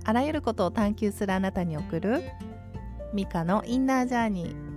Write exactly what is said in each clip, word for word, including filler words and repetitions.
あらゆることを探求するあなたに送るミカのインナージャーニー。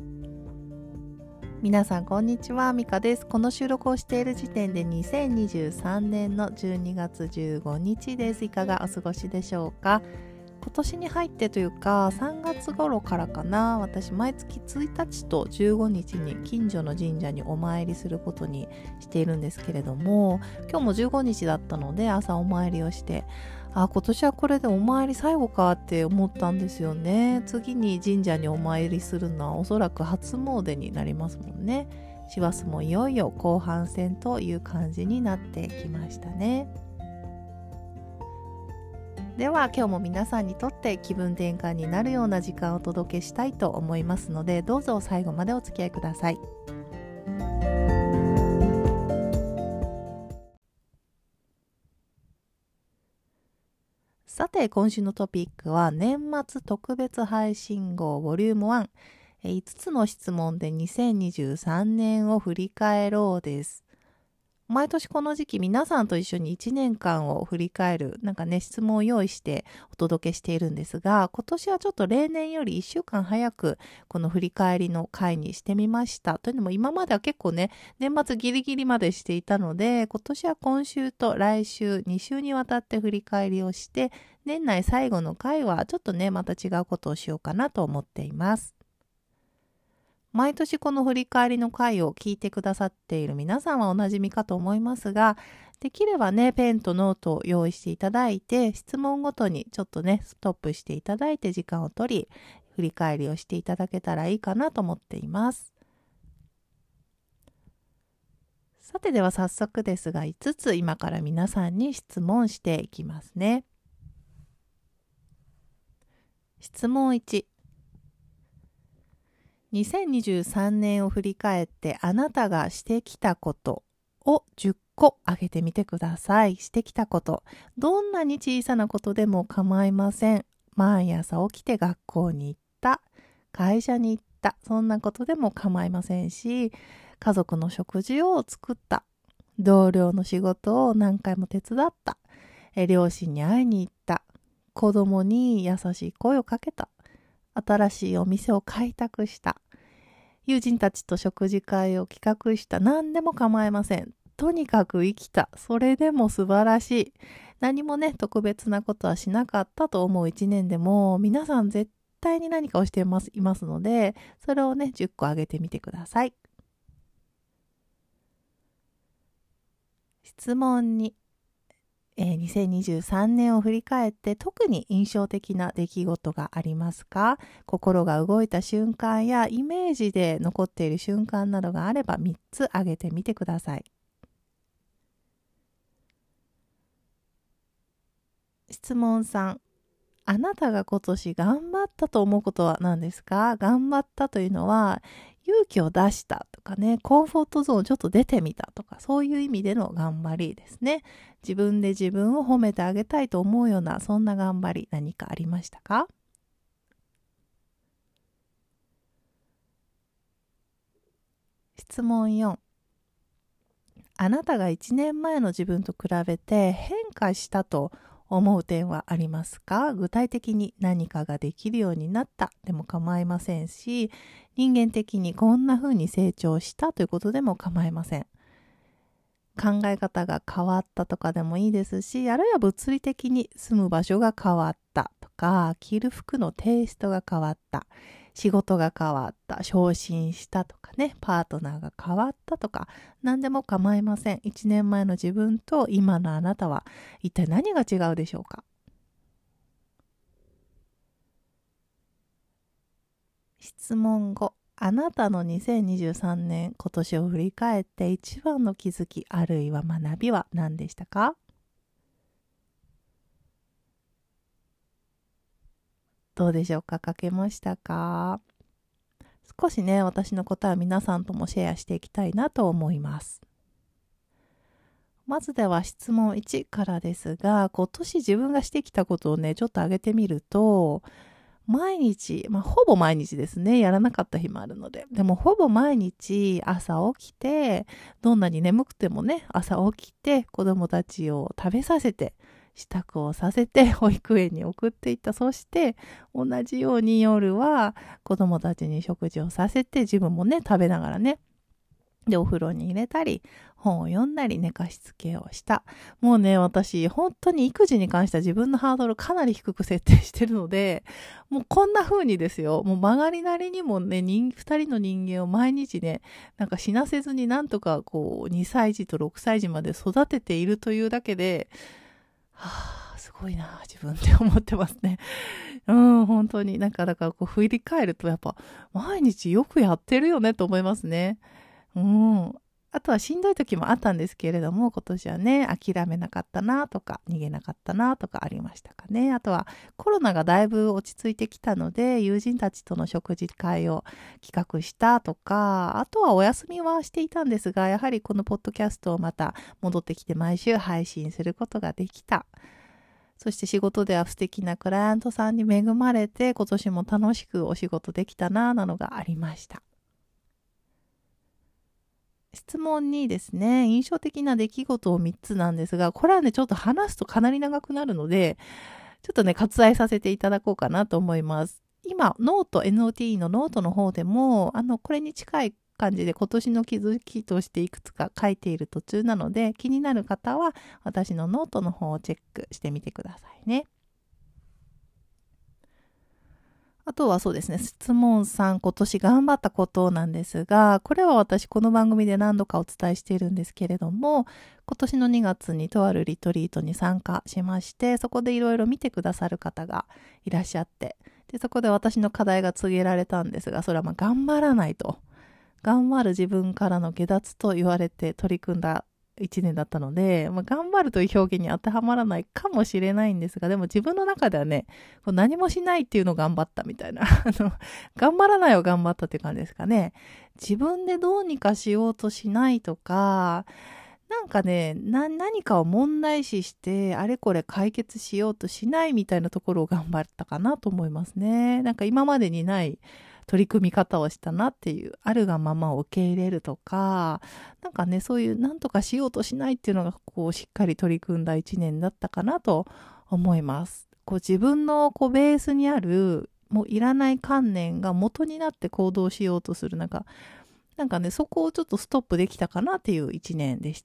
皆さんこんにちは、ミカです。この収録をしている時点でにせんにじゅうさんねんのじゅうにがつじゅうごにちです。いかがお過ごしでしょうか。今年に入ってというかさんがつ頃からかな、私毎月ついたちとじゅうごにちに近所の神社にお参りすることにしているんですけれども、今日もじゅうごにちだったので朝お参りをして、あ、今年はこれでお参り最後かって思ったんですよね。次に神社にお参りするのはおそらく初詣になりますもんね。師走もいよいよ後半戦という感じになってきましたね。では今日も皆さんにとって気分転換になるような時間をお届けしたいと思いますので、どうぞ最後までお付き合いください。さて今週のトピックは年末特別配信号ボリュームワン、いつつの質問でにせんにじゅうさんねんを振り返ろうです。毎年この時期皆さんと一緒にいちねんかんを振り返るなんかね質問を用意してお届けしているんですが、今年はちょっと例年よりいっしゅうかん早くこの振り返りの回にしてみました。というのも今までは結構ね年末ギリギリまでしていたので、今年は今週と来週に週にわたって振り返りをして、年内最後の回はちょっとねまた違うことをしようかなと思っています。毎年この振り返りの回を聞いてくださっている皆さんはおなじみかと思いますが、できればねペンとノートを用意していただいて、質問ごとにちょっとねストップしていただいて時間を取り振り返りをしていただけたらいいかなと思っています。さてでは早速ですがいつつ今から皆さんに質問していきますね。質問いち、にせんにじゅうさんねんを振り返ってあなたがしてきたことをじゅっこ挙げてみてください。してきたこと、どんなに小さなことでも構いません。毎朝起きて学校に行った、会社に行った、そんなことでも構いませんし、家族の食事を作った、同僚の仕事を何回も手伝った、え両親に会いに行った、子供に優しい声をかけた、新しいお店を開拓した、友人たちと食事会を企画した、何でも構いません。とにかく生きた。それでも素晴らしい。何もね、特別なことはしなかったと思う一年でも、皆さん絶対に何かをしています、いますので、それをね、じゅっこ挙げてみてください。質問に、えー、にせんにじゅうさんねんを振り返って特に印象的な出来事がありますか？心が動いた瞬間やイメージで残っている瞬間などがあればみっつ挙げてみてください。質問さん、あなたが今年頑張ったと思うことは何ですか？頑張ったというのは勇気を出したとかね、コンフォートゾーンちょっと出てみたとか、そういう意味での頑張りですね。自分で自分を褒めてあげたいと思うようなそんな頑張り何かありましたか？質問よん、あなたがいちねんまえの自分と比べて変化したと思う点はありますか？具体的に何かができるようになったでも構いませんし、人間的にこんな風に成長したということでも構いません。考え方が変わったとかでもいいですし、あるいは物理的に住む場所が変わったとか、着る服のテイストが変わった、仕事が変わった、昇進したとかね、パートナーが変わったとか、何でも構いません。いちねんまえの自分と今のあなたは一体何が違うでしょうか？質問ご、あなたのにせんにじゅうさんねん今年を振り返って一番の気づきあるいは学びは何でしたか？どうでしょうか？書けましたか？少しね私の答えを皆さんともシェアしていきたいなと思います。まずでは質問いちからですが、今年自分がしてきたことをねちょっと挙げてみると、毎日、まあほぼ毎日ですね、やらなかった日もあるので、でもほぼ毎日朝起きて、どんなに眠くてもね朝起きて子供たちを食べさせて、 支度をさせて保育園に送っていった。そして同じように夜は子供たちに食事をさせて、自分もね食べながらね、でお風呂に入れたり本を読んだり寝かしつけをした。もうね、私本当に育児に関しては自分のハードルかなり低く設定してるので、もうこんな風にですよ、もう曲がりなりにもね、人二人の人間を毎日ね、なんか死なせずになんとかこうにさい児とろくさい児まで育てているというだけで、はあ、すごいな自分って思ってますね。うん、本当になんかだからこう振り返るとやっぱ毎日よくやってるよねと思いますね。うん。あとはしんどい時もあったんですけれども、今年はね、諦めなかったなとか、逃げなかったなとかありましたかね。あとはコロナがだいぶ落ち着いてきたので、友人たちとの食事会を企画したとか、あとはお休みはしていたんですが、やはりこのポッドキャストをまた戻ってきて毎週配信することができた。そして仕事では素敵なクライアントさんに恵まれて、今年も楽しくお仕事できたな、なのがありました。質問にですね、印象的な出来事をみっつなんですが、これはね、ちょっと話すとかなり長くなるので、ちょっとね、割愛させていただこうかなと思います。今、ノート、エヌオーティー のノートの方でも、あの、これに近い感じで今年の気づきとしていくつか書いている途中なので、気になる方は私のノートの方をチェックしてみてくださいね。あとはそうですね、質問さん、今年頑張ったことなんですが、これは私この番組で何度かお伝えしているんですけれども、今年のにがつにとあるリトリートに参加しまして、そこでいろいろ見てくださる方がいらっしゃって、でそこで私の課題が告げられたんですが、それはまあ頑張らないと。頑張る自分からの下脱と言われて取り組んだいちねんだったので、まあ、頑張るという表現に当てはまらないかもしれないんですが、でも自分の中ではね、こう何もしないっていうのを頑張ったみたいなあの頑張らないを頑張ったっていう感じですかね。自分でどうにかしようとしないとか、なんかね、な何かを問題視してあれこれ解決しようとしないみたいなところを頑張ったかなと思いますね。なんか今までにない取り組み方をしたなっていう、あるがままを受け入れるとか、なんかね、そういうなんとかしようとしないっていうのがこうしっかり取り組んだ一年だったかなと思います。こう自分のこうベースにあるもういらない観念が元になって行動しようとする、なんかなんかね、そこをちょっとストップできたかなっていう一年でした。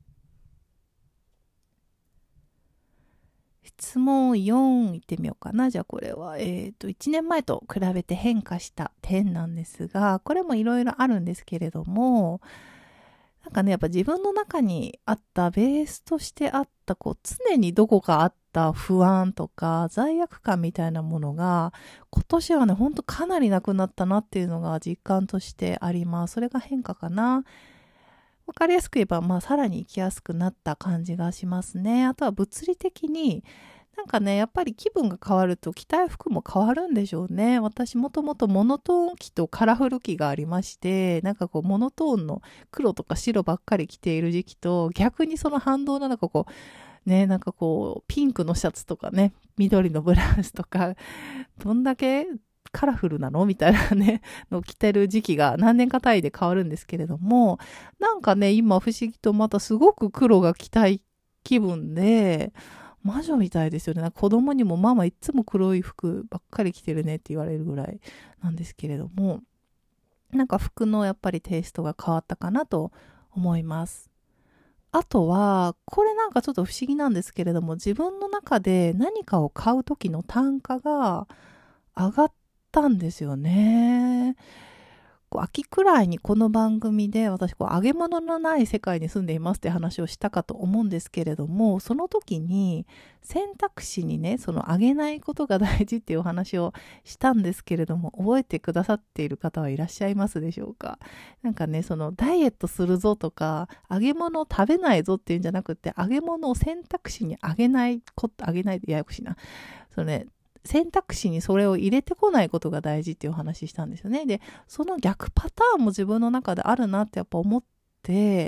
質問よんいってみようかな。じゃあこれは、えっと、いちねんまえと比べて変化した点なんですが、これもいろいろあるんですけれども、なんかね、やっぱ自分の中にあったベースとしてあった、こう、常にどこかあった不安とか罪悪感みたいなものが、今年はね、ほんとかなりなくなったなっていうのが実感としてあります。それが変化かな。わかりやすく言えば、まあ、さらに生きやすくなった感じがしますね。あとは物理的に、なんかね、やっぱり気分が変わると着たい服も変わるんでしょうね。私もともとモノトーン着とカラフル着がありまして、なんかこうモノトーンの黒とか白ばっかり着ている時期と、逆にその反動なのかこう、ね、なんかこう、ピンクのシャツとかね、緑のブラウスとか、どんだけカラフルなのみたいなね、の着てる時期が何年か単位で変わるんですけれども、なんかね、今不思議とまたすごく黒が着たい気分で、魔女みたいですよね。なんか子供にもママいつも黒い服ばっかり着てるねって言われるぐらいなんですけれども、なんか服のやっぱりテイストが変わったかなと思います。あとは、これなんかちょっと不思議なんですけれども、自分の中で何かを買う時の単価が上がったんですよね。こう秋くらいにこの番組で私こう揚げ物のない世界に住んでいますって話をしたかと思うんですけれども、その時に選択肢にね、その揚げないことが大事っていうお話をしたんですけれども、覚えてくださっている方はいらっしゃいますでしょうか。なんかね、そのダイエットするぞとか揚げ物を食べないぞっていうんじゃなくて、揚げ物を選択肢に揚げないこと、揚げないでややこしいな。そのね、選択肢にそれを入れてこないことが大事っていうお話したんですよね。で、その逆パターンも自分の中であるなってやっぱ思って、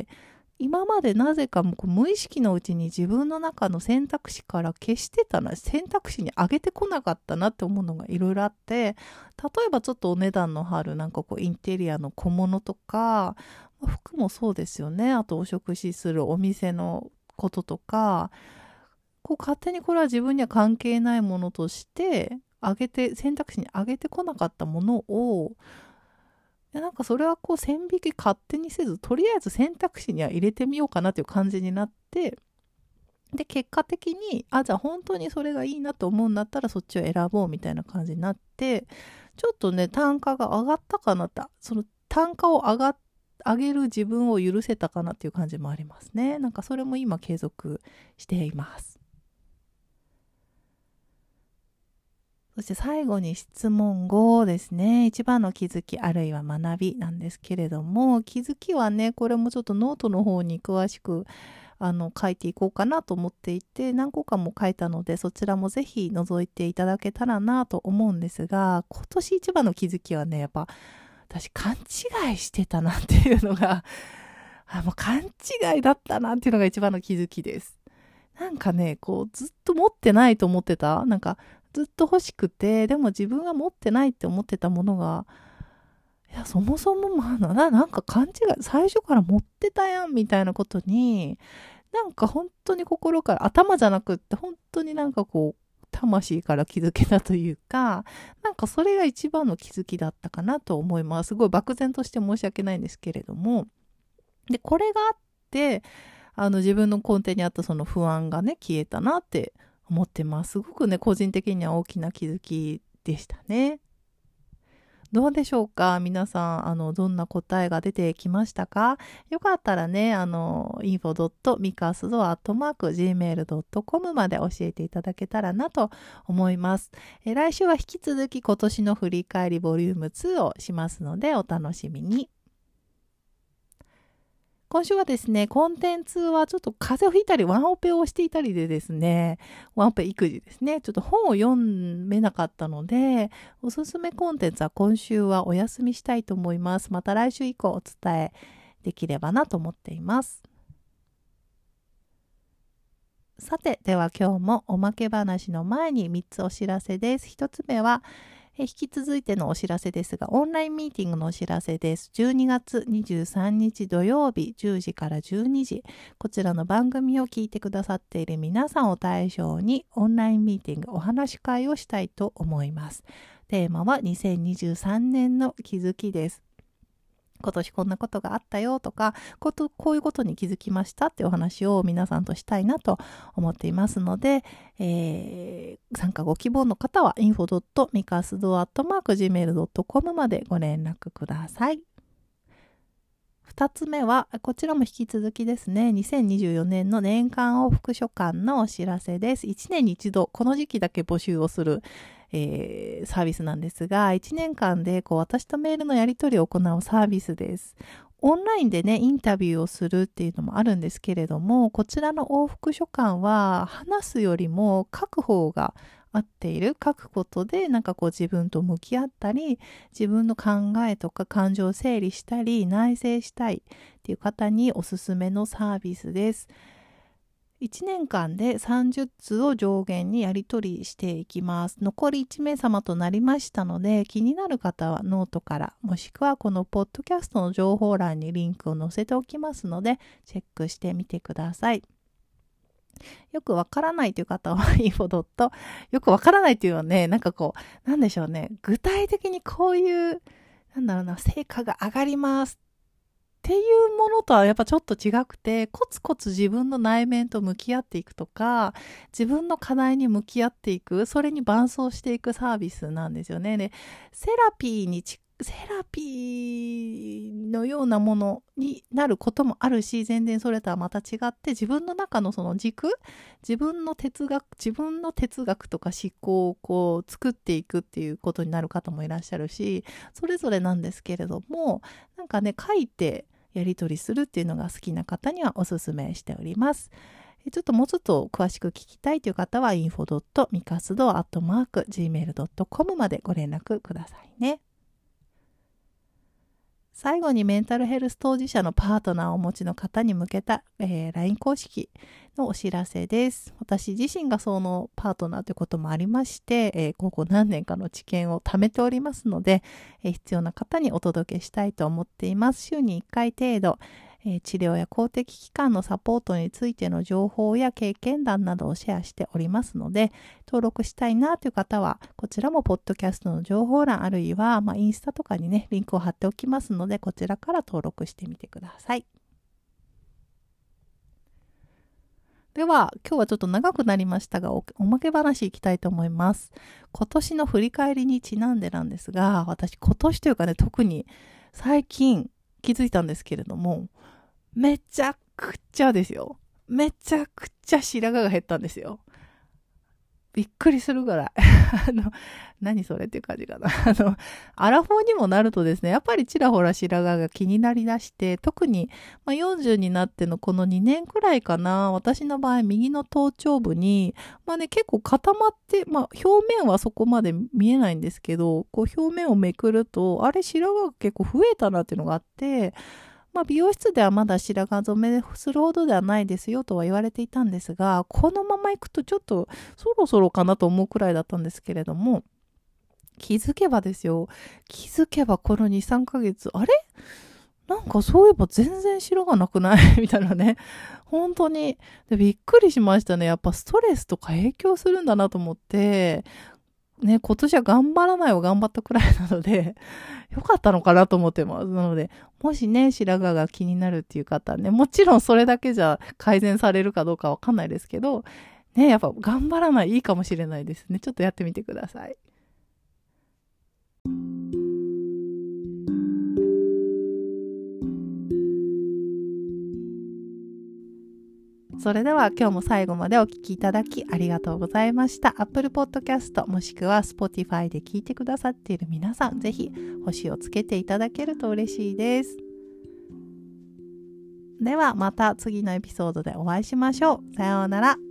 今までなぜかもう無意識のうちに自分の中の選択肢から消してたな、選択肢に上げてこなかったなって思うのがいろいろあって、例えばちょっとお値段の張るなんかこうインテリアの小物とか、服もそうですよね。あとお食事するお店のこととか、 こう勝手にこれは自分には関係ないものとして上げて、選択肢に上げてこなかったものを、いやなんかそれはこう線引き勝手にせず、とりあえず選択肢には入れてみようかなという感じになって、で結果的にあじゃあ本当にそれがいいなと思うんだったらそっちを選ぼうみたいな感じになって、ちょっとね単価が上がったかなって、その単価を上が上げる自分を許せたかなっていう感じもありますね。なんかそれも今継続しています。そして最後に質問ごですね。一番の気づきあるいは学びなんですけれども、気づきはねこれもちょっとノートの方に詳しくあの書いていこうかなと思っていて、何個かも書いたのでそちらもぜひ覗いていただけたらなと思うんですが、今年一番の気づきはね、やっぱ私勘違いしてたなっていうのがあもう勘違いだったなっていうのが一番の気づきです。なんかねこうずっと持ってないと思ってた、なんかずっと欲しくて、でも自分が持ってないって思ってたものが、いやそもそもまあななんか勘違い、最初から持ってたやんみたいなことに、なんか本当に心から、頭じゃなくって本当になんかこう魂から気づけたというか、なんかそれが一番の気づきだったかなと思います。すごい漠然として申し訳ないんですけれども、でこれがあってあの自分の根底にあったその不安がね消えたなって思ってます。すごくね個人的には大きな気づきでしたね。どうでしょうか皆さん、あのどんな答えが出てきましたか？よかったらね、あの インフォドットミカスドアットマークジーメールドットコム まで教えていただけたらなと思います。え来週は引き続き今年の振り返りボリュームツーをしますのでお楽しみに。今週はですね、コンテンツはちょっと風邪をひいたりワンオペをしていたりでですね、ワンオペ育児ですね、ちょっと本を読めなかったので、おすすめコンテンツは今週はお休みしたいと思います。また来週以降お伝えできればなと思っています。さて、では今日もおまけ話の前にみっつお知らせです。ひとつめは、え引き続いてのお知らせですが、オンラインミーティングのお知らせです。じゅうにがつにじゅうさんにち土曜日じゅうじからじゅうにじ、こちらの番組を聞いてくださっている皆さんを対象にオンラインミーティングお話し会をしたいと思います。テーマはにせんにじゅうさんねんの気づきです。今年こんなことがあったよとか、こと、こういうことに気づきましたってお話を皆さんとしたいなと思っていますので、えー、参加ご希望の方は インフォドットミカスドアットマークジーメールドットコム までご連絡ください。二つ目は、こちらも引き続きですね、にせんにじゅうよねんの年間往復書簡のお知らせです。いちねんに一度、この時期だけ募集をする、えー、サービスなんですが、いちねんかんでこう私とメールのやり取りを行うサービスです。オンラインでね、インタビューをするっていうのもあるんですけれども、こちらの往復書簡は話すよりも書く方が合っている。書くことでなんかこう自分と向き合ったり、自分の考えとか感情を整理したり、内省したいっていう方におすすめのサービスです。いちねんかんでさんじゅっつうを上限にやり取りしていきます。残りいちめいさまとなりましたので、気になる方はノートから、もしくはこのポッドキャストの情報欄にリンクを載せておきますので、チェックしてみてください。よくわからないという方はインフォドット、よくわからないというのはね、なんかこう、なんでしょうね、具体的にこういう、なんだろうな、成果が上がりますっていうものとはやっぱちょっと違くて、コツコツ自分の内面と向き合っていくとか、自分の課題に向き合っていく、それに伴走していくサービスなんですよね。で、セラピーにちセラピーのようなものになることもあるし、全然それとはまた違って自分の中のその軸、自分の哲学、自分の哲学とか思考をこう作っていくっていうことになる方もいらっしゃるし、それぞれなんですけれども、なんかね、書いてやり取りするっていうのが好きな方にはおすすめしております。ちょっともうちょっと詳しく聞きたいという方は インフォドットミカスドアットマークジーメールドットコム までご連絡くださいね。最後にメンタルヘルス当事者のパートナーをお持ちの方に向けた、えー、ライン 公式のお知らせです。私自身がそのパートナーということもありまして、えー、ここ何年かの知見を貯めておりますので、えー、必要な方にお届けしたいと思っています。週にいっかい程度、 えー治療や公的機関のサポートについての情報や経験談などをシェアしておりますので、登録したいなという方は、こちらもポッドキャストの情報欄あるいは、まあ、インスタとかにね、リンクを貼っておきますので、こちらから登録してみてください。では、今日はちょっと長くなりましたが、お、おまけ話いきたいと思います。今年の振り返りにちなんでなんですが、私今年というかね、特に最近気づいたんですけれども、めちゃくちゃですよ。めちゃくちゃ白髪が減ったんですよ。びっくりするぐらい。あの、何それっていう感じかな。あの、アラフォーにもなるとですね、やっぱりちらほら白髪が気になりだして、特に、まあ、よんじゅうになってのこのにねんくらいかな、私の場合、右の頭頂部に、まあね、結構固まって、まあ、表面はそこまで見えないんですけど、こう表面をめくると、あれ白髪が結構増えたなっていうのがあって、まあ、美容室ではまだ白髪染めするほどではないですよとは言われていたんですが、このままいくとちょっとそろそろかなと思うくらいだったんですけれども、気づけばですよ、気づけばこのに、さんかげつ、あれなんかそういえば全然白がなくないみたいなね。本当にで。びっくりしましたね。やっぱストレスとか影響するんだなと思って、ね、今年は頑張らないを頑張ったくらいなので、よかったのかなと思ってます。なので、もしね、白髪が気になるっていう方はね、もちろんそれだけじゃ改善されるかどうかわかんないですけど、ね、やっぱ頑張らないいいかもしれないですね。ちょっとやってみてください。それでは今日も最後までお聞きいただきありがとうございました。Apple Podcast もしくは Spotify で聞いてくださっている皆さん、ぜひ星をつけていただけると嬉しいです。ではまた次のエピソードでお会いしましょう。さようなら。